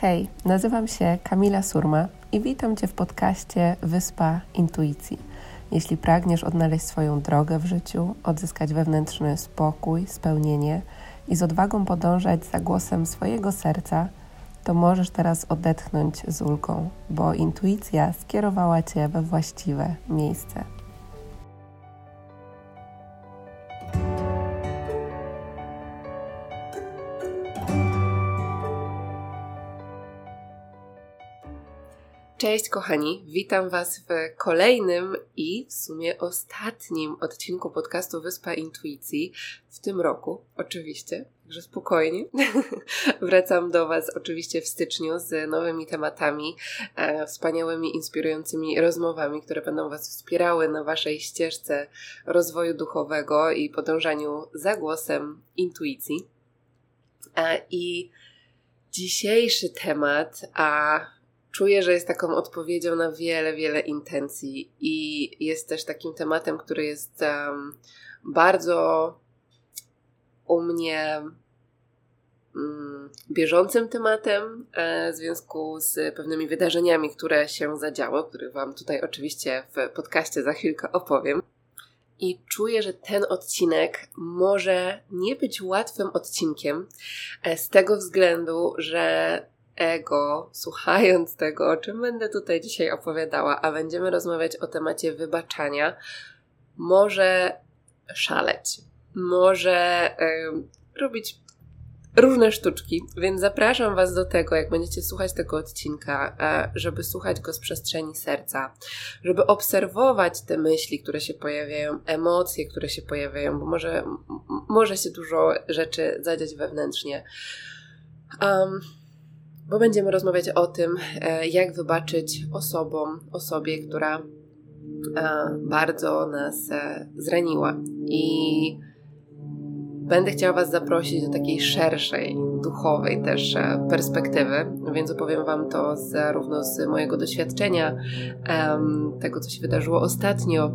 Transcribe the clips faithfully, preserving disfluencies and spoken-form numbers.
Hej, nazywam się Kamila Surma i witam Cię w podcaście Wyspa Intuicji. Jeśli pragniesz odnaleźć swoją drogę w życiu, odzyskać wewnętrzny spokój, spełnienie i z odwagą podążać za głosem swojego serca, to możesz teraz odetchnąć z ulgą, bo intuicja skierowała Cię we właściwe miejsce. Cześć kochani, witam Was w kolejnym i w sumie ostatnim odcinku podcastu Wyspa Intuicji w tym roku, oczywiście, także spokojnie. Wracam do Was oczywiście w styczniu z nowymi tematami, e, wspaniałymi, inspirującymi rozmowami, które będą Was wspierały na Waszej ścieżce rozwoju duchowego i podążaniu za głosem intuicji. E, I dzisiejszy temat, a czuję, że jest taką odpowiedzią na wiele, wiele intencji i jest też takim tematem, który jest um, bardzo u mnie um, bieżącym tematem e, w związku z pewnymi wydarzeniami, które się zadziały, o których Wam tutaj oczywiście w podcaście za chwilkę opowiem. I czuję, że ten odcinek może nie być łatwym odcinkiem e, z tego względu, że ego, słuchając tego, o czym będę tutaj dzisiaj opowiadała, a będziemy rozmawiać o temacie wybaczania, może szaleć, może y, robić różne sztuczki, więc zapraszam Was do tego, jak będziecie słuchać tego odcinka, y, żeby słuchać go z przestrzeni serca, żeby obserwować te myśli, które się pojawiają, emocje, które się pojawiają, bo może, m- może się dużo rzeczy zadziać wewnętrznie. Um, Bo będziemy rozmawiać o tym, jak wybaczyć osobom, osobie, która bardzo nas zraniła. I będę chciała Was zaprosić do takiej szerszej, duchowej też perspektywy, więc opowiem Wam to zarówno z mojego doświadczenia, tego, co się wydarzyło ostatnio,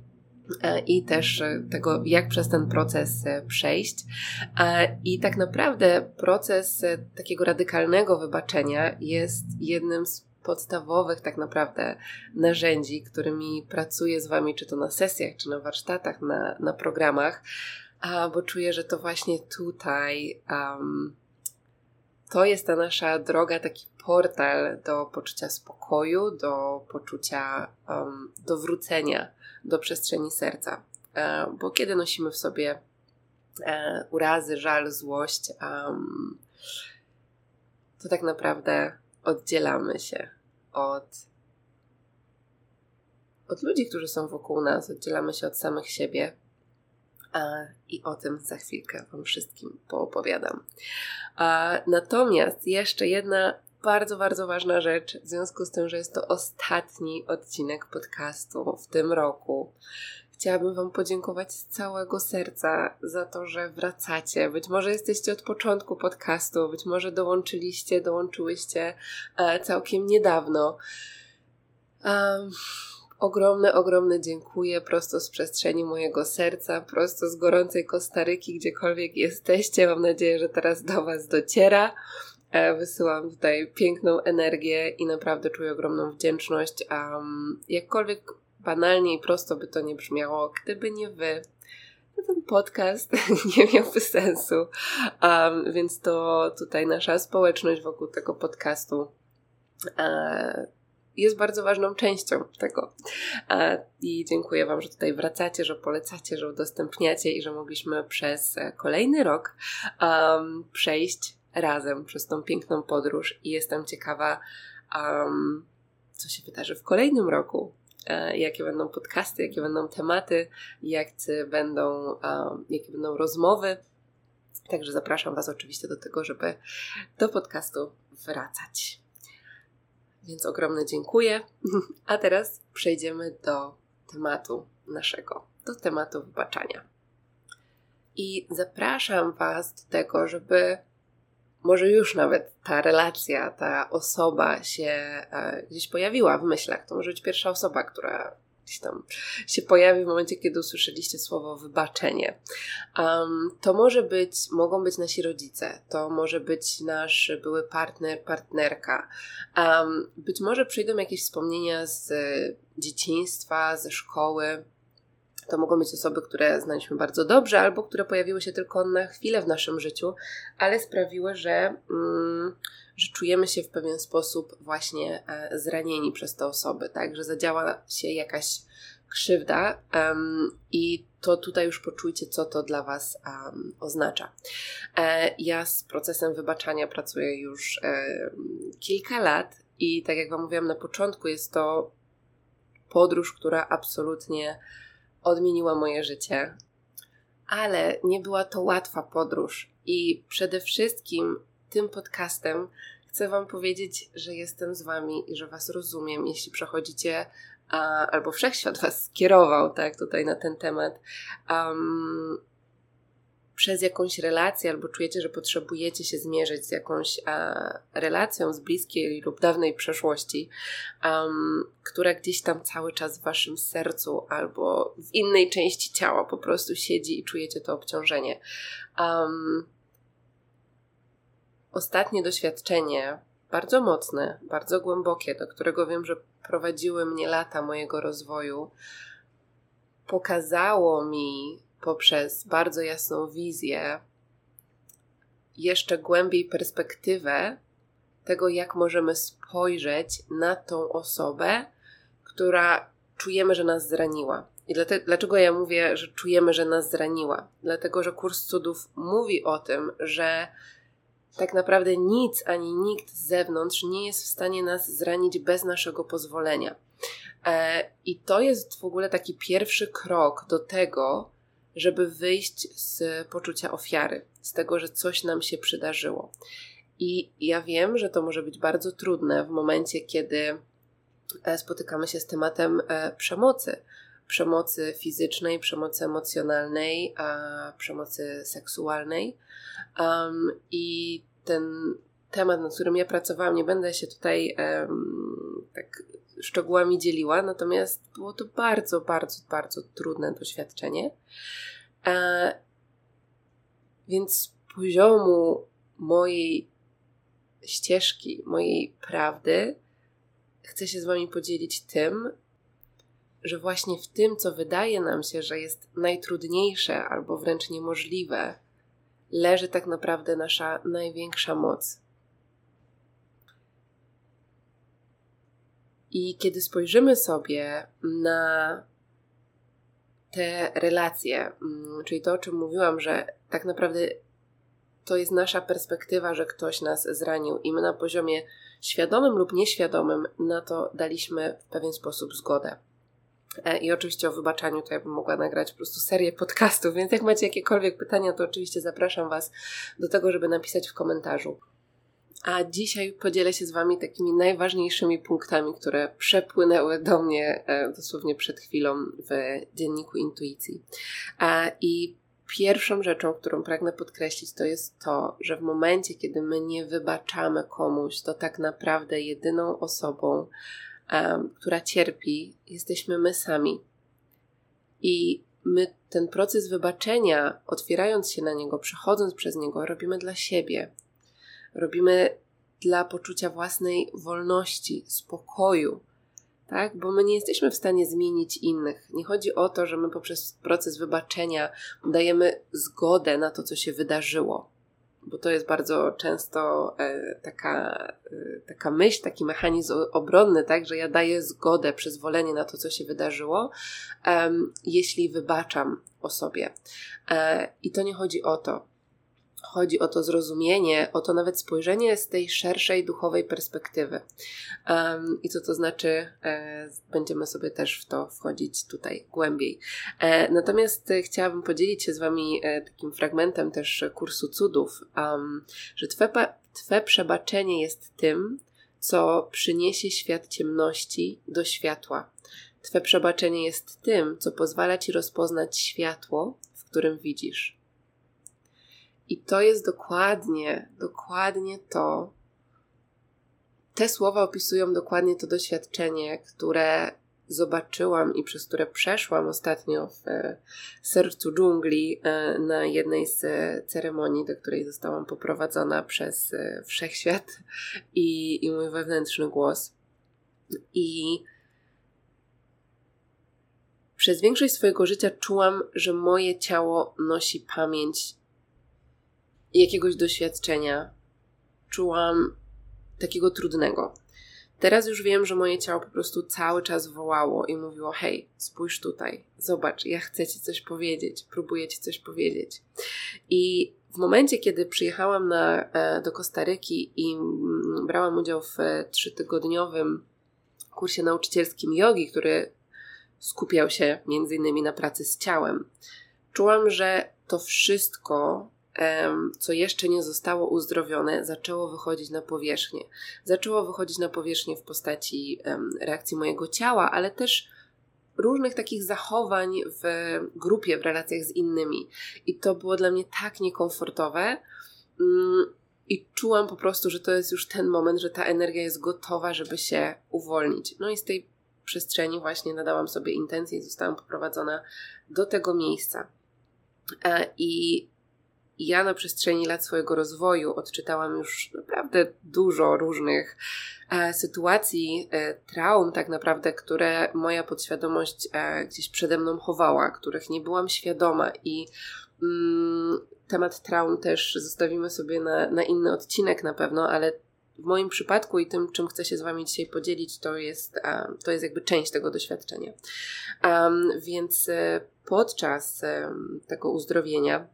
i też tego, jak przez ten proces przejść. I tak naprawdę proces takiego radykalnego wybaczenia jest jednym z podstawowych tak naprawdę narzędzi, którymi pracuję z Wami, czy to na sesjach, czy na warsztatach, na, na programach, bo czuję, że to właśnie tutaj um, to jest ta nasza droga, taki portal do poczucia spokoju, do poczucia um, dowrócenia do przestrzeni serca. E, bo kiedy nosimy w sobie e, urazy, żal, złość, um, to tak naprawdę oddzielamy się od, od ludzi, którzy są wokół nas, oddzielamy się od samych siebie. E, I o tym za chwilkę Wam wszystkim poopowiadam. E, natomiast jeszcze jedna bardzo, bardzo ważna rzecz, w związku z tym, że jest to ostatni odcinek podcastu w tym roku. Chciałabym Wam podziękować z całego serca za to, że wracacie. Być może jesteście od początku podcastu, być może dołączyliście, dołączyłyście e, całkiem niedawno. Um, ogromne, ogromne dziękuję prosto z przestrzeni mojego serca, prosto z gorącej Kostaryki, gdziekolwiek jesteście. Mam nadzieję, że teraz do Was dociera. Wysyłam tutaj piękną energię i naprawdę czuję ogromną wdzięczność. Um, jakkolwiek banalnie i prosto by to nie brzmiało, gdyby nie Wy, to ten podcast nie miałby sensu. Um, więc to tutaj nasza społeczność wokół tego podcastu e, jest bardzo ważną częścią tego. E, I dziękuję Wam, że tutaj wracacie, że polecacie, że udostępniacie i że mogliśmy przez kolejny rok um, przejść razem przez tą piękną podróż i jestem ciekawa, um, co się wydarzy w kolejnym roku, e, jakie będą podcasty, jakie będą tematy, jakie będą, um, jakie będą rozmowy. Także zapraszam Was oczywiście do tego, żeby do podcastu wracać. Więc ogromne dziękuję. A teraz przejdziemy do tematu naszego, do tematu wybaczania. I zapraszam Was do tego, żeby może już nawet ta relacja, ta osoba się e, gdzieś pojawiła w myślach. To może być pierwsza osoba, która gdzieś tam się pojawi w momencie, kiedy usłyszeliście słowo wybaczenie. Um, to może być, mogą być nasi rodzice, to może być nasz były partner, partnerka. Um, być może przyjdą jakieś wspomnienia z dzieciństwa, ze szkoły. To mogą być osoby, które znaliśmy bardzo dobrze, albo które pojawiły się tylko na chwilę w naszym życiu, ale sprawiły, że, mm, że czujemy się w pewien sposób właśnie e, zranieni przez te osoby, tak? Że zadziała się jakaś krzywda um, i to tutaj już poczujcie, co to dla Was um, oznacza. E, ja z procesem wybaczania pracuję już e, kilka lat i tak jak Wam mówiłam na początku, jest to podróż, która absolutnie odmieniła moje życie, ale nie była to łatwa podróż i przede wszystkim tym podcastem chcę Wam powiedzieć, że jestem z Wami i że Was rozumiem, jeśli przechodzicie a, albo Wszechświat Was skierował, tak, tutaj na ten temat um, przez jakąś relację albo czujecie, że potrzebujecie się zmierzyć z jakąś a, relacją z bliskiej lub dawnej przeszłości, um, która gdzieś tam cały czas w Waszym sercu albo w innej części ciała po prostu siedzi i czujecie to obciążenie. Um, ostatnie doświadczenie, bardzo mocne, bardzo głębokie, do którego wiem, że prowadziły mnie lata mojego rozwoju, pokazało mi poprzez bardzo jasną wizję jeszcze głębiej perspektywę tego, jak możemy spojrzeć na tą osobę, która czujemy, że nas zraniła. I dlatego, dlaczego ja mówię, że czujemy, że nas zraniła? Dlatego, że Kurs Cudów mówi o tym, że tak naprawdę nic ani nikt z zewnątrz nie jest w stanie nas zranić bez naszego pozwolenia. E, I to jest w ogóle taki pierwszy krok do tego, żeby wyjść z poczucia ofiary, z tego, że coś nam się przydarzyło. I ja wiem, że to może być bardzo trudne w momencie, kiedy spotykamy się z tematem przemocy. Przemocy fizycznej, przemocy emocjonalnej, przemocy seksualnej. Um, I ten temat, nad którym ja pracowałam, nie będę się tutaj um, tak szczegółami dzieliła, natomiast było to bardzo, bardzo, bardzo trudne doświadczenie. E, więc z poziomu mojej ścieżki, mojej prawdy chcę się z Wami podzielić tym, że właśnie w tym, co wydaje nam się, że jest najtrudniejsze albo wręcz niemożliwe, leży tak naprawdę nasza największa moc. I kiedy spojrzymy sobie na te relacje, czyli to, o czym mówiłam, że tak naprawdę to jest nasza perspektywa, że ktoś nas zranił i my na poziomie świadomym lub nieświadomym na to daliśmy w pewien sposób zgodę. I oczywiście o wybaczaniu to ja bym mogła nagrać po prostu serię podcastów, więc jak macie jakiekolwiek pytania, to oczywiście zapraszam Was do tego, żeby napisać w komentarzu. A dzisiaj podzielę się z Wami takimi najważniejszymi punktami, które przepłynęły do mnie e, dosłownie przed chwilą w dzienniku intuicji. A, I pierwszą rzeczą, którą pragnę podkreślić, to jest to, że w momencie, kiedy my nie wybaczamy komuś, to tak naprawdę jedyną osobą, um, która cierpi, jesteśmy my sami. I my ten proces wybaczenia, otwierając się na niego, przechodząc przez niego, robimy dla siebie. Robimy dla poczucia własnej wolności, spokoju, tak? Bo my nie jesteśmy w stanie zmienić innych. Nie chodzi o to, że my poprzez proces wybaczenia dajemy zgodę na to, co się wydarzyło. Bo to jest bardzo często e, taka, e, taka myśl, taki mechanizm obronny, tak? Że ja daję zgodę, przyzwolenie na to, co się wydarzyło, e, jeśli wybaczam osobie. E, I to nie chodzi o to. Chodzi o to zrozumienie, o to nawet spojrzenie z tej szerszej duchowej perspektywy. Um, I co to znaczy, e, będziemy sobie też w to wchodzić tutaj głębiej. E, natomiast e, chciałabym podzielić się z Wami e, takim fragmentem też Kursu Cudów, um, że twe, twe przebaczenie jest tym, co przyniesie świat ciemności do światła. Twe przebaczenie jest tym, co pozwala Ci rozpoznać światło, w którym widzisz. I to jest dokładnie, dokładnie to, te słowa opisują dokładnie to doświadczenie, które zobaczyłam i przez które przeszłam ostatnio w sercu dżungli na jednej z ceremonii, do której zostałam poprowadzona przez wszechświat i, i mój wewnętrzny głos. I przez większość swojego życia czułam, że moje ciało nosi pamięć jakiegoś doświadczenia. Czułam takiego trudnego. Teraz już wiem, że moje ciało po prostu cały czas wołało i mówiło: hej, spójrz tutaj, zobacz, ja chcę Ci coś powiedzieć, próbuję Ci coś powiedzieć. I w momencie, kiedy przyjechałam na, do Kostaryki i brałam udział w trzytygodniowym kursie nauczycielskim jogi, który skupiał się między innymi na pracy z ciałem, czułam, że to wszystko, co jeszcze nie zostało uzdrowione, zaczęło wychodzić na powierzchnię. Zaczęło wychodzić na powierzchnię w postaci reakcji mojego ciała, ale też różnych takich zachowań w grupie, w relacjach z innymi. I to było dla mnie tak niekomfortowe i czułam po prostu, że to jest już ten moment, że ta energia jest gotowa, żeby się uwolnić. No i z tej przestrzeni właśnie nadałam sobie intencję i zostałam poprowadzona do tego miejsca. I ja na przestrzeni lat swojego rozwoju odczytałam już naprawdę dużo różnych e, sytuacji, e, traum tak naprawdę, które moja podświadomość e, gdzieś przede mną chowała, których nie byłam świadoma i mm, temat traum też zostawimy sobie na, na inny odcinek na pewno, ale w moim przypadku i tym, czym chcę się z Wami dzisiaj podzielić, to jest, e, to jest jakby część tego doświadczenia. Um, więc e, podczas e, tego uzdrowienia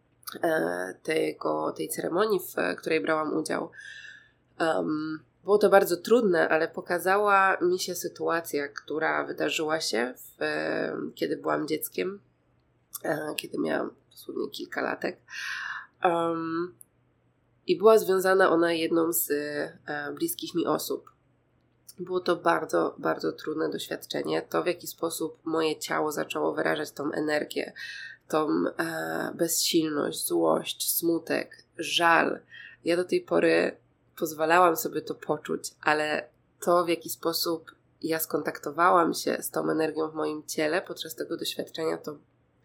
Tego, tej ceremonii, w której brałam udział. Um, było to bardzo trudne, ale pokazała mi się sytuacja, która wydarzyła się, w, kiedy byłam dzieckiem, kiedy miałam dosłownie kilka latek. Um, I była związana ona jedną z e, bliskich mi osób. Było to bardzo, bardzo trudne doświadczenie. To, w jaki sposób moje ciało zaczęło wyrażać tą energię, tą e, bezsilność, złość, smutek, żal. Ja do tej pory pozwalałam sobie to poczuć, ale to, w jaki sposób ja skontaktowałam się z tą energią w moim ciele podczas tego doświadczenia, to,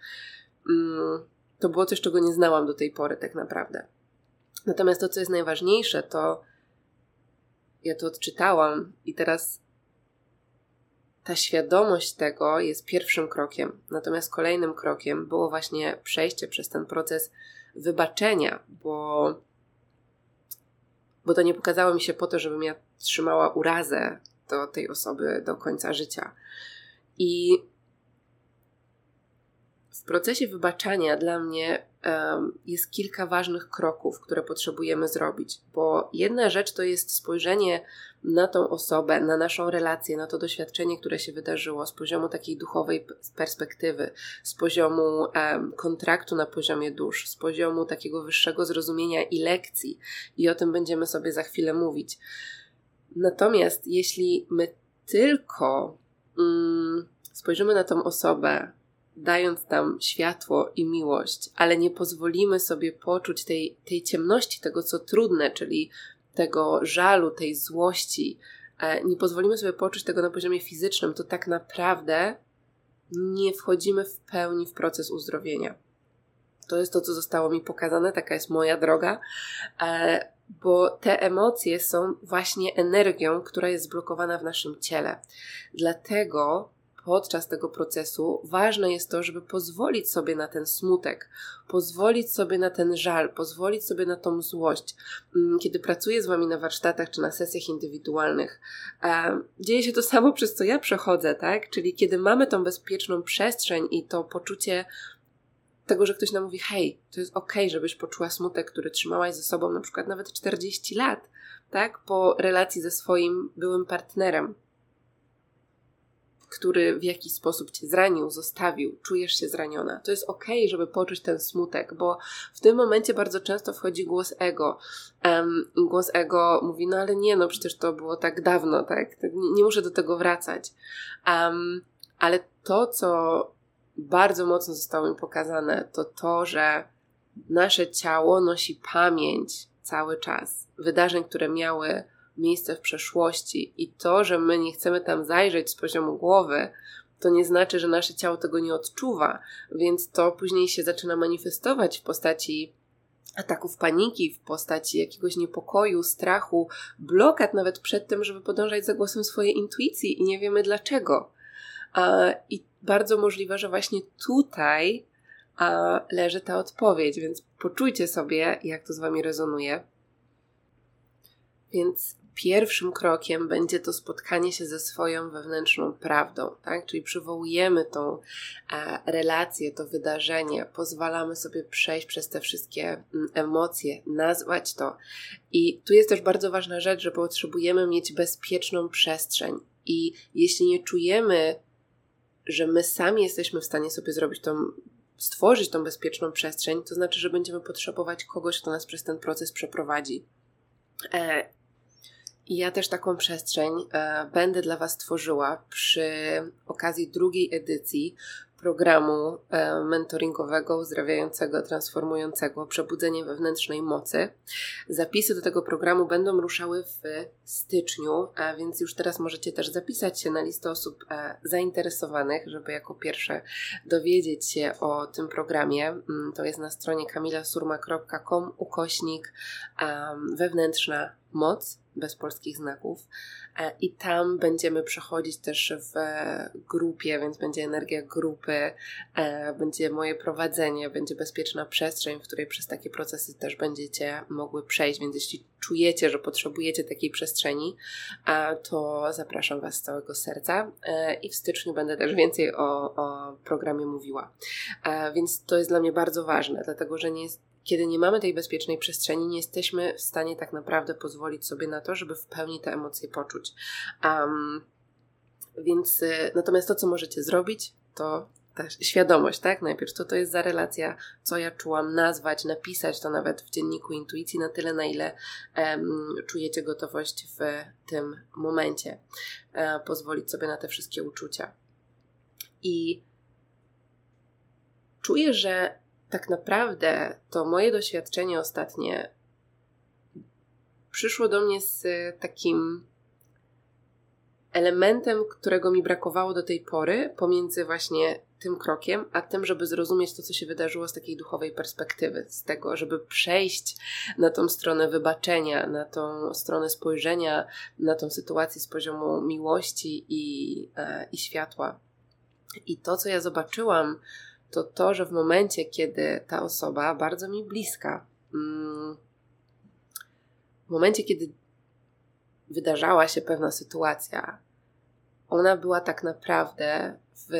mm, to było coś, czego nie znałam do tej pory tak naprawdę. Natomiast to, co jest najważniejsze, to ja to odczytałam i teraz ta świadomość tego jest pierwszym krokiem. Natomiast kolejnym krokiem było właśnie przejście przez ten proces wybaczenia, bo, bo to nie pokazało mi się po to, żebym ja trzymała urazę do tej osoby do końca życia. I w procesie wybaczania dla mnie um, jest kilka ważnych kroków, które potrzebujemy zrobić, bo jedna rzecz to jest spojrzenie na tą osobę, na naszą relację, na to doświadczenie, które się wydarzyło z poziomu takiej duchowej perspektywy, z poziomu um, kontraktu na poziomie dusz, z poziomu takiego wyższego zrozumienia i lekcji, i o tym będziemy sobie za chwilę mówić. Natomiast jeśli my tylko mm, spojrzymy na tą osobę, dając tam światło i miłość, ale nie pozwolimy sobie poczuć tej, tej ciemności, tego co trudne, czyli tego żalu, tej złości, nie pozwolimy sobie poczuć tego na poziomie fizycznym, to tak naprawdę nie wchodzimy w pełni w proces uzdrowienia. To jest to, co zostało mi pokazane, taka jest moja droga, bo te emocje są właśnie energią, która jest zblokowana w naszym ciele. Dlatego podczas tego procesu ważne jest to, żeby pozwolić sobie na ten smutek, pozwolić sobie na ten żal, pozwolić sobie na tą złość. Kiedy pracuję z Wami na warsztatach czy na sesjach indywidualnych, dzieje się to samo, przez co ja przechodzę, tak? Czyli kiedy mamy tą bezpieczną przestrzeń i to poczucie tego, że ktoś nam mówi: hej, to jest okej, żebyś poczuła smutek, który trzymałaś ze sobą na przykład nawet czterdzieści lat, tak? Po relacji ze swoim byłym partnerem, który w jakiś sposób Cię zranił, zostawił, czujesz się zraniona. To jest okej, żeby poczuć ten smutek, bo w tym momencie bardzo często wchodzi głos ego. Um, I głos ego mówi: no ale nie, no przecież to było tak dawno, tak? Nie, nie muszę do tego wracać. Um, ale to, co bardzo mocno zostało mi pokazane, to to, że nasze ciało nosi pamięć cały czas wydarzeń, które miały miejsce w przeszłości i to, że my nie chcemy tam zajrzeć z poziomu głowy, to nie znaczy, że nasze ciało tego nie odczuwa, więc to później się zaczyna manifestować w postaci ataków paniki, w postaci jakiegoś niepokoju, strachu, blokad nawet przed tym, żeby podążać za głosem swojej intuicji i nie wiemy dlaczego. I bardzo możliwe, że właśnie tutaj leży ta odpowiedź, więc poczujcie sobie, jak to z Wami rezonuje. Więc pierwszym krokiem będzie to spotkanie się ze swoją wewnętrzną prawdą, tak? Czyli przywołujemy tą e, relację, to wydarzenie, pozwalamy sobie przejść przez te wszystkie m, emocje, nazwać to. I tu jest też bardzo ważna rzecz, że potrzebujemy mieć bezpieczną przestrzeń. I jeśli nie czujemy, że my sami jesteśmy w stanie sobie zrobić tą, stworzyć tą bezpieczną przestrzeń, to znaczy, że będziemy potrzebować kogoś, kto nas przez ten proces przeprowadzi. E, I ja też taką przestrzeń e, będę dla Was tworzyła przy okazji drugiej edycji programu e, mentoringowego, uzdrawiającego, transformującego Przebudzenie wewnętrznej mocy. Zapisy do tego programu będą ruszały w styczniu, a więc już teraz możecie też zapisać się na listę osób e, zainteresowanych, żeby jako pierwsze dowiedzieć się o tym programie. To jest na stronie kamilasurma kropka com ukośnik um, wewnętrzna moc, bez polskich znaków. I tam będziemy przechodzić też w grupie, więc będzie energia grupy, będzie moje prowadzenie, będzie bezpieczna przestrzeń, w której przez takie procesy też będziecie mogły przejść, więc jeśli czujecie, że potrzebujecie takiej przestrzeni, to zapraszam Was z całego serca i w styczniu będę też więcej o, o programie mówiła. Więc to jest dla mnie bardzo ważne, dlatego że nie jest Kiedy nie mamy tej bezpiecznej przestrzeni, nie jesteśmy w stanie tak naprawdę pozwolić sobie na to, żeby w pełni te emocje poczuć. Um, więc y, natomiast to, co możecie zrobić, to ta świadomość, tak? Najpierw co to jest za relacja, co ja czułam, nazwać, napisać to nawet w dzienniku intuicji na tyle, na ile um, czujecie gotowość w tym momencie. E, pozwolić sobie na te wszystkie uczucia. I czuję, że tak naprawdę to moje doświadczenie ostatnie przyszło do mnie z takim elementem, którego mi brakowało do tej pory pomiędzy właśnie tym krokiem, a tym, żeby zrozumieć to, co się wydarzyło z takiej duchowej perspektywy, z tego, żeby przejść na tą stronę wybaczenia, na tą stronę spojrzenia, na tą sytuację z poziomu miłości i, e, i światła. I to, co ja zobaczyłam, to to, że w momencie, kiedy ta osoba bardzo mi bliska, w momencie, kiedy wydarzała się pewna sytuacja, ona była tak naprawdę w...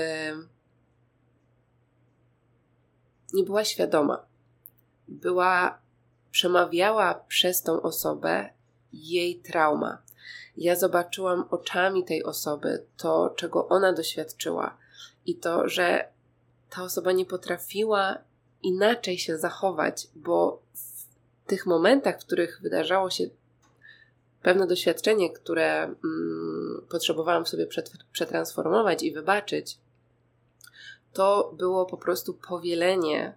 nie była świadoma. Była, przemawiała przez tą osobę jej trauma. Ja zobaczyłam oczami tej osoby to, czego ona doświadczyła i to, że ta osoba nie potrafiła inaczej się zachować, bo w tych momentach, w których wydarzało się pewne doświadczenie, które mm, potrzebowałam sobie przet- przetransformować i wybaczyć, to było po prostu powielenie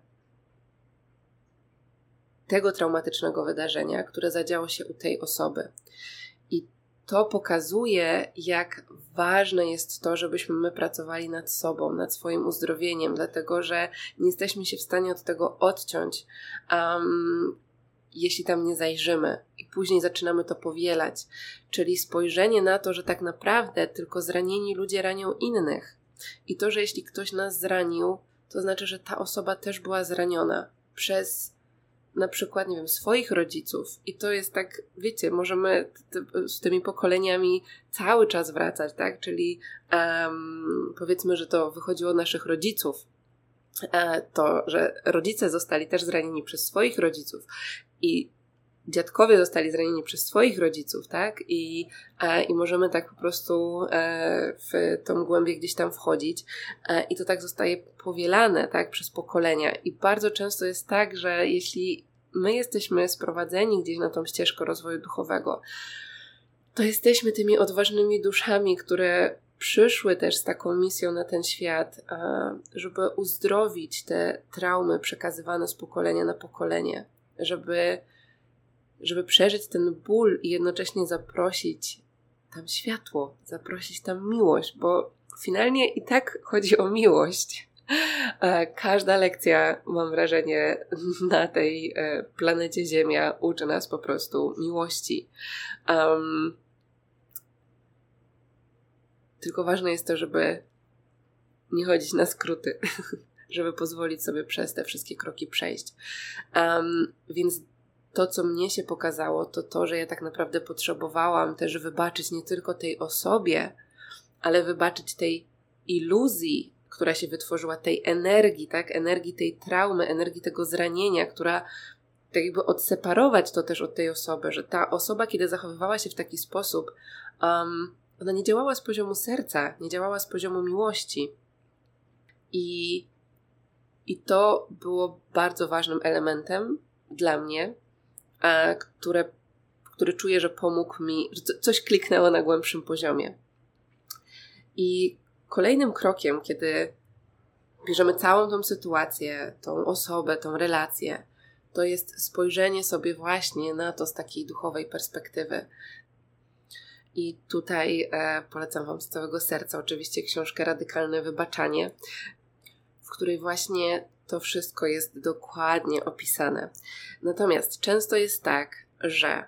tego traumatycznego wydarzenia, które zadziało się u tej osoby. I to pokazuje, jak ważne jest to, żebyśmy my pracowali nad sobą, nad swoim uzdrowieniem, dlatego że nie jesteśmy się w stanie od tego odciąć, um, jeśli tam nie zajrzymy i później zaczynamy to powielać. Czyli spojrzenie na to, że tak naprawdę tylko zranieni ludzie ranią innych. I to, że jeśli ktoś nas zranił, to znaczy, że ta osoba też była zraniona przez na przykład, nie wiem, swoich rodziców. I to jest tak, wiecie, możemy t- t- z tymi pokoleniami cały czas wracać, tak? Czyli um, powiedzmy, że to wychodziło od naszych rodziców. E, to, że rodzice zostali też zranieni przez swoich rodziców i dziadkowie zostali zranieni przez swoich rodziców, tak? I, e, i możemy tak po prostu e, w tą głębię gdzieś tam wchodzić e, i to tak zostaje powielane, tak? Przez pokolenia. I bardzo często jest tak, że jeśli my jesteśmy sprowadzeni gdzieś na tą ścieżkę rozwoju duchowego, to jesteśmy tymi odważnymi duszami, które przyszły też z taką misją na ten świat, żeby uzdrowić te traumy przekazywane z pokolenia na pokolenie, żeby żeby przeżyć ten ból i jednocześnie zaprosić tam światło, zaprosić tam miłość, bo finalnie i tak chodzi o miłość. Każda lekcja, mam wrażenie, na tej planecie Ziemia uczy nas po prostu miłości. Um, tylko ważne jest to, żeby nie chodzić na skróty, żeby pozwolić sobie przez te wszystkie kroki przejść. Um, więc to, co mnie się pokazało, to to, że ja tak naprawdę potrzebowałam też wybaczyć nie tylko tej osobie, ale wybaczyć tej iluzji, która się wytworzyła, tej energii, tak? Energii tej traumy, energii tego zranienia, która tak jakby odseparować to też od tej osoby, że ta osoba, kiedy zachowywała się w taki sposób, um, ona nie działała z poziomu serca, nie działała z poziomu miłości. I, i to było bardzo ważnym elementem dla mnie, a, które, który czuję, że pomógł mi, że coś kliknęło na głębszym poziomie. I kolejnym krokiem, kiedy bierzemy całą tą sytuację, tą osobę, tą relację, to jest spojrzenie sobie właśnie na to z takiej duchowej perspektywy. I tutaj e, polecam Wam z całego serca oczywiście książkę Radykalne Wybaczanie, w której właśnie to wszystko jest dokładnie opisane. Natomiast często jest tak, że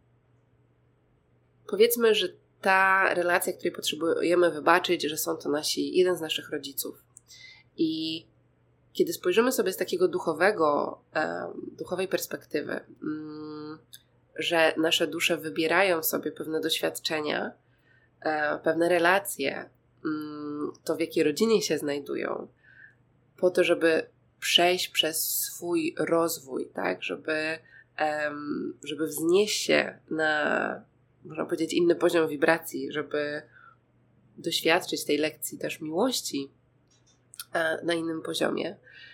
powiedzmy, że ta relacja, której potrzebujemy wybaczyć, że są to nasi, jeden z naszych rodziców. I kiedy spojrzymy sobie z takiego duchowego, e, duchowej perspektywy, mm, że nasze dusze wybierają sobie pewne doświadczenia, e, pewne relacje, mm, to w jakiej rodzinie się znajdują, po to, żeby przejść przez swój rozwój, tak, żeby, em, żeby wznieść się na, można powiedzieć, inny poziom wibracji, żeby doświadczyć tej lekcji też miłości e, na innym poziomie.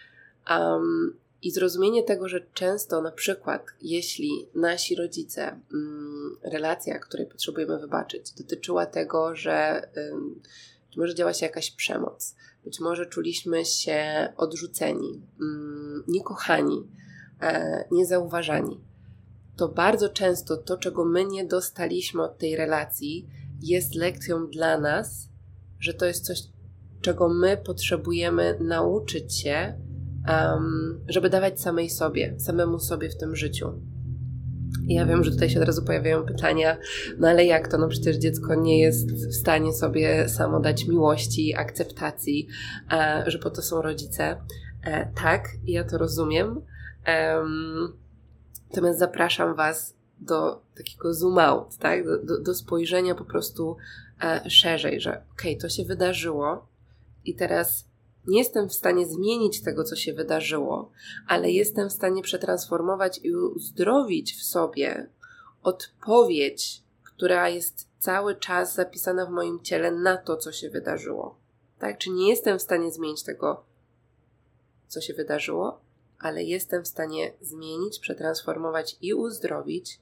Um, I zrozumienie tego, że często na przykład, jeśli nasi rodzice, mm, relacja, której potrzebujemy wybaczyć, dotyczyła tego, że ym, być może działa się jakaś przemoc, być może czuliśmy się odrzuceni, ym, niekochani, e, niezauważani, to bardzo często to, czego my nie dostaliśmy od tej relacji, jest lekcją dla nas, że to jest coś, czego my potrzebujemy nauczyć się, um, żeby dawać samej sobie, samemu sobie w tym życiu. I ja wiem, że tutaj się od razu pojawiają pytania, no ale jak to? No przecież dziecko nie jest w stanie sobie samo dać miłości, akceptacji, e, że po to są rodzice. E, tak, ja to rozumiem. Um, natomiast zapraszam Was do takiego zoom out, tak? do, do, do spojrzenia po prostu e, szerzej, że okej, okay, to się wydarzyło i teraz nie jestem w stanie zmienić tego, co się wydarzyło, ale jestem w stanie przetransformować i uzdrowić w sobie odpowiedź, która jest cały czas zapisana w moim ciele na to, co się wydarzyło. Tak? Czy nie jestem w stanie zmienić tego, co się wydarzyło, ale jestem w stanie zmienić, przetransformować i uzdrowić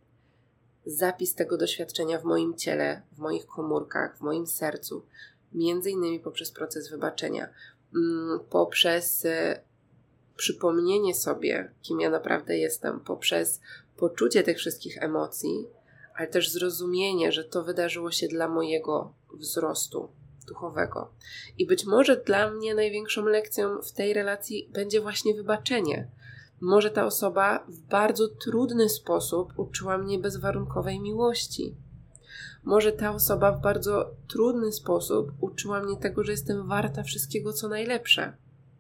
zapis tego doświadczenia w moim ciele, w moich komórkach, w moim sercu, między innymi poprzez proces wybaczenia, poprzez przypomnienie sobie, kim ja naprawdę jestem, poprzez poczucie tych wszystkich emocji, ale też zrozumienie, że to wydarzyło się dla mojego wzrostu duchowego. I być może dla mnie największą lekcją w tej relacji będzie właśnie wybaczenie. Może ta osoba w bardzo trudny sposób uczyła mnie bezwarunkowej miłości. Może ta osoba w bardzo trudny sposób uczyła mnie tego, że jestem warta wszystkiego, co najlepsze.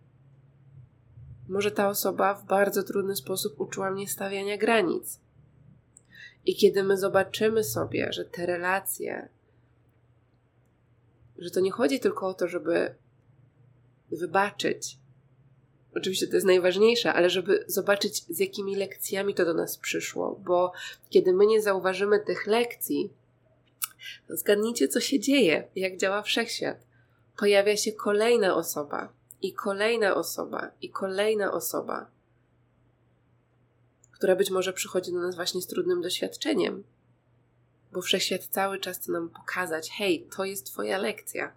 Może ta osoba w bardzo trudny sposób uczyła mnie stawiania granic. I kiedy my zobaczymy sobie, że te relacje, że to nie chodzi tylko o to, żeby wybaczyć, oczywiście to jest najważniejsze, ale żeby zobaczyć, z jakimi lekcjami to do nas przyszło, bo kiedy my nie zauważymy tych lekcji, to zgadnijcie, co się dzieje, jak działa wszechświat. Pojawia się kolejna osoba i kolejna osoba i kolejna osoba, która być może przychodzi do nas właśnie z trudnym doświadczeniem, bo wszechświat cały czas chce nam pokazać, hej, to jest twoja lekcja.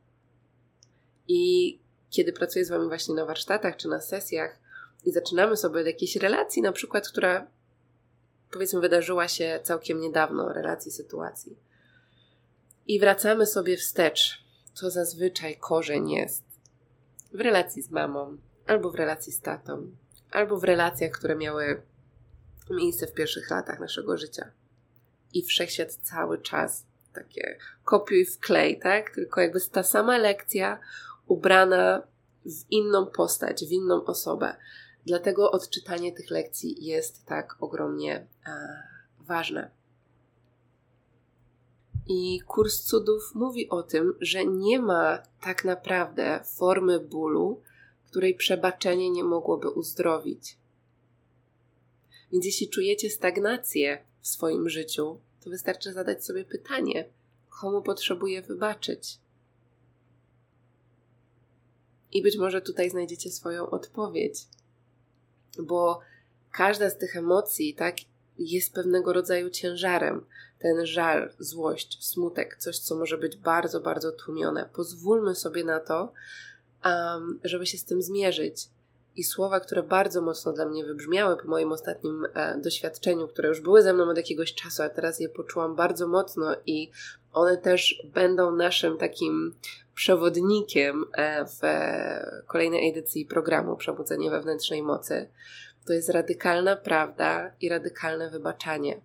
I kiedy pracuję z wami właśnie na warsztatach czy na sesjach i zaczynamy sobie od jakiejś relacji, na przykład, która powiedzmy wydarzyła się całkiem niedawno, relacji, sytuacji. I wracamy sobie wstecz. To zazwyczaj korzeń jest w relacji z mamą, albo w relacji z tatą, albo w relacjach, które miały miejsce w pierwszych latach naszego życia. I wszechświat cały czas takie kopiuj wklej, tak? Tylko jakby ta sama lekcja ubrana w inną postać, w inną osobę. Dlatego odczytanie tych lekcji jest tak ogromnie e, ważne. I kurs cudów mówi o tym, że nie ma tak naprawdę formy bólu, której przebaczenie nie mogłoby uzdrowić. Więc jeśli czujecie stagnację w swoim życiu, to wystarczy zadać sobie pytanie, komu potrzebuję wybaczyć? I być może tutaj znajdziecie swoją odpowiedź, bo każda z tych emocji, tak, jest pewnego rodzaju ciężarem. Ten żal, złość, smutek, coś, co może być bardzo, bardzo tłumione. Pozwólmy sobie na to, um, żeby się z tym zmierzyć. I słowa, które bardzo mocno dla mnie wybrzmiały po moim ostatnim e, doświadczeniu, które już były ze mną od jakiegoś czasu, a teraz je poczułam bardzo mocno i one też będą naszym takim przewodnikiem e, w e, kolejnej edycji programu Przebudzenie wewnętrznej mocy. To jest radykalna prawda i radykalne wybaczanie.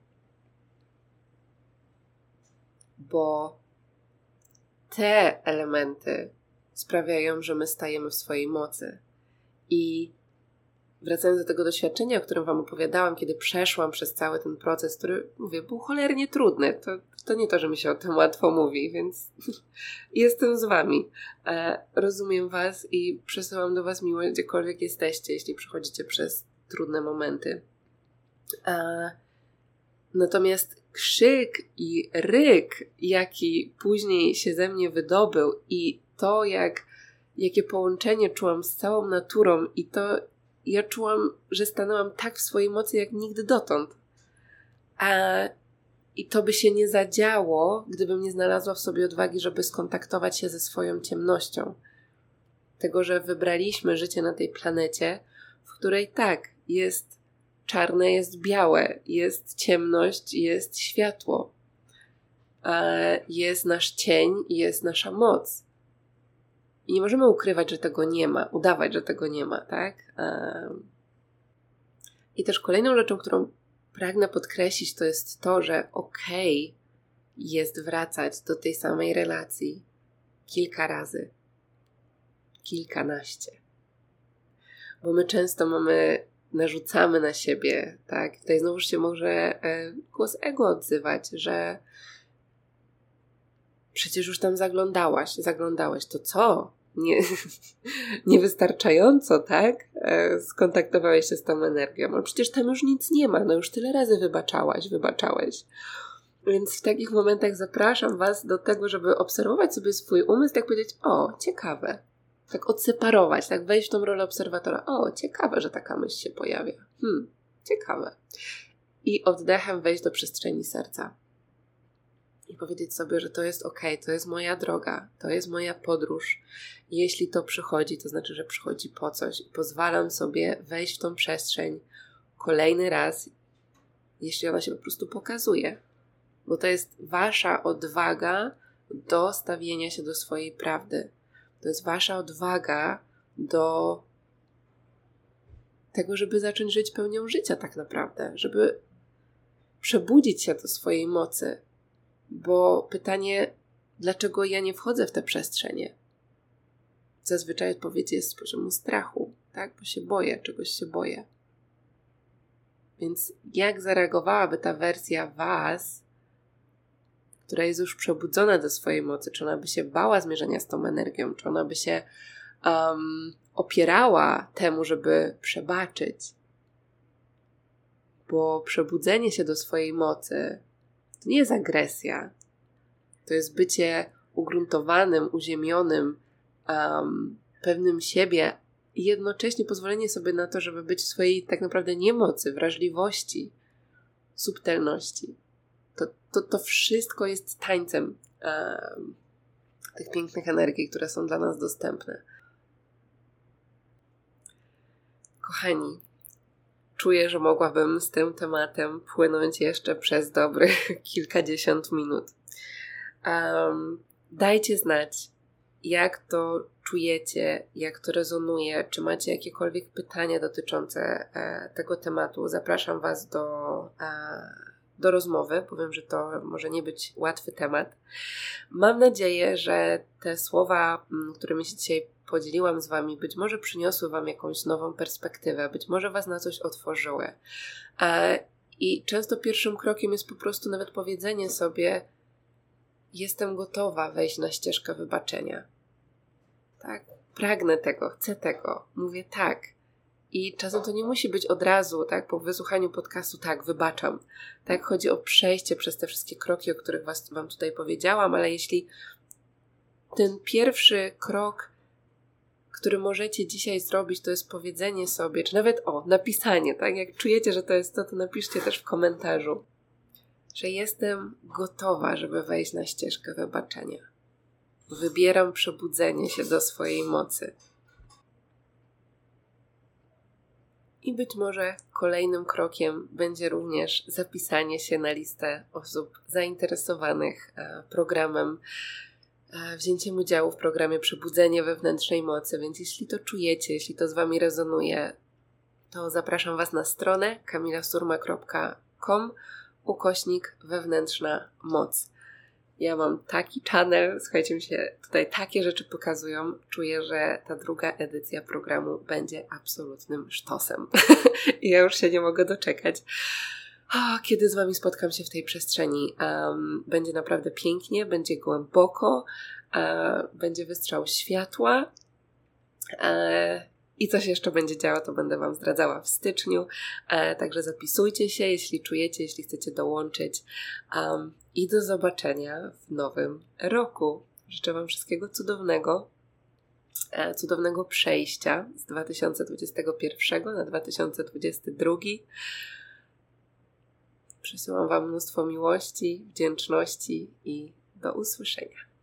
Bo te elementy sprawiają, że my stajemy w swojej mocy. I wracając do tego doświadczenia, o którym Wam opowiadałam, kiedy przeszłam przez cały ten proces, który, mówię, był cholernie trudny. To, to nie to, że mi się o tym łatwo mówi, więc jestem z Wami. E, rozumiem Was i przesyłam do Was miłość, gdziekolwiek jesteście, jeśli przechodzicie przez trudne momenty. E, natomiast krzyk i ryk, jaki później się ze mnie wydobył i to, jak jakie połączenie czułam z całą naturą i to ja czułam, że stanęłam tak w swojej mocy jak nigdy dotąd. A, I to by się nie zadziało, gdybym nie znalazła w sobie odwagi, żeby skontaktować się ze swoją ciemnością. Tego, że wybraliśmy życie na tej planecie, w której tak, jest czarne, jest białe, jest ciemność, jest światło. A, jest nasz cień, jest nasza moc. I nie możemy ukrywać, że tego nie ma, udawać, że tego nie ma, tak? Um. I też kolejną rzeczą, którą pragnę podkreślić, to jest to, że okej okay jest wracać do tej samej relacji kilka razy, kilkanaście. Bo my często mamy, narzucamy na siebie, tak? Tutaj znowuż się może e, głos ego odzywać, że przecież już tam zaglądałaś, zaglądałeś, to co? Nie, niewystarczająco, tak? E, skontaktowałeś się z tą energią, ale przecież tam już nic nie ma, no już tyle razy wybaczałaś, wybaczałeś. Więc w takich momentach zapraszam Was do tego, żeby obserwować sobie swój umysł, tak powiedzieć, o, ciekawe. Tak odseparować, tak wejść w tą rolę obserwatora. O, ciekawe, że taka myśl się pojawia. Hmm, ciekawe. I oddechem wejść do przestrzeni serca. I powiedzieć sobie, że to jest okej, to jest moja droga, to jest moja podróż. I jeśli to przychodzi, to znaczy, że przychodzi po coś. I pozwalam sobie wejść w tą przestrzeń kolejny raz, jeśli ona się po prostu pokazuje. Bo to jest Wasza odwaga do stawienia się do swojej prawdy. To jest Wasza odwaga do tego, żeby zacząć żyć pełnią życia tak naprawdę. Żeby przebudzić się do swojej mocy. Bo pytanie, dlaczego ja nie wchodzę w te przestrzenie? Zazwyczaj odpowiedź jest z poziomu strachu, tak? Bo się boję, czegoś się boję. Więc jak zareagowałaby ta wersja Was, która jest już przebudzona do swojej mocy? Czy ona by się bała zmierzenia z tą energią? Czy ona by się um, opierała temu, żeby przebaczyć? Bo przebudzenie się do swojej mocy to nie jest agresja. To jest bycie ugruntowanym, uziemionym, um, pewnym siebie i jednocześnie pozwolenie sobie na to, żeby być w swojej tak naprawdę niemocy, wrażliwości, subtelności. To, to, to wszystko jest tańcem um, tych pięknych energii, które są dla nas dostępne. Kochani, czuję, że mogłabym z tym tematem płynąć jeszcze przez dobrych kilkadziesiąt minut. Um, dajcie znać, jak to czujecie, jak to rezonuje, czy macie jakiekolwiek pytania dotyczące e, tego tematu. Zapraszam Was do, e, do rozmowy. Powiem, że to może nie być łatwy temat. Mam nadzieję, że te słowa, m, którymi się dzisiaj podzieliłam z Wami, być może przyniosły Wam jakąś nową perspektywę, być może Was na coś otworzyły. E, I często pierwszym krokiem jest po prostu nawet powiedzenie sobie: jestem gotowa wejść na ścieżkę wybaczenia. Tak? Pragnę tego, chcę tego, mówię tak. I czasem to nie musi być od razu, tak? Po wysłuchaniu podcastu, tak, wybaczam. Tak, chodzi o przejście przez te wszystkie kroki, o których was, Wam tutaj powiedziałam, ale jeśli ten pierwszy krok, który możecie dzisiaj zrobić, to jest powiedzenie sobie, czy nawet o, napisanie, tak? Jak czujecie, że to jest to, to napiszcie też w komentarzu, że jestem gotowa, żeby wejść na ścieżkę wybaczenia. Wybieram przebudzenie się do swojej mocy. I być może kolejnym krokiem będzie również zapisanie się na listę osób zainteresowanych programem, wzięciem udziału w programie Przebudzenie Wewnętrznej Mocy. Więc jeśli to czujecie, jeśli to z Wami rezonuje, to zapraszam Was na stronę kamilasurma kropka com ukośnik wewnętrzna moc. Ja mam taki channel, słuchajcie, mi się tutaj takie rzeczy pokazują. Czuję, że ta druga edycja programu będzie absolutnym sztosem. I ja już się nie mogę doczekać, o, kiedy z Wami spotkam się w tej przestrzeni. Um, będzie naprawdę pięknie, będzie głęboko, uh, będzie wystrzał światła. Uh, I co się jeszcze będzie działo, to będę Wam zdradzała w styczniu. E, także zapisujcie się, jeśli czujecie, jeśli chcecie dołączyć. Um, I do zobaczenia w nowym roku. Życzę Wam wszystkiego cudownego, e, cudownego przejścia z dwa tysiące dwudziestego pierwszego na dwa tysiące dwudziesty drugi. Przesyłam Wam mnóstwo miłości, wdzięczności i do usłyszenia.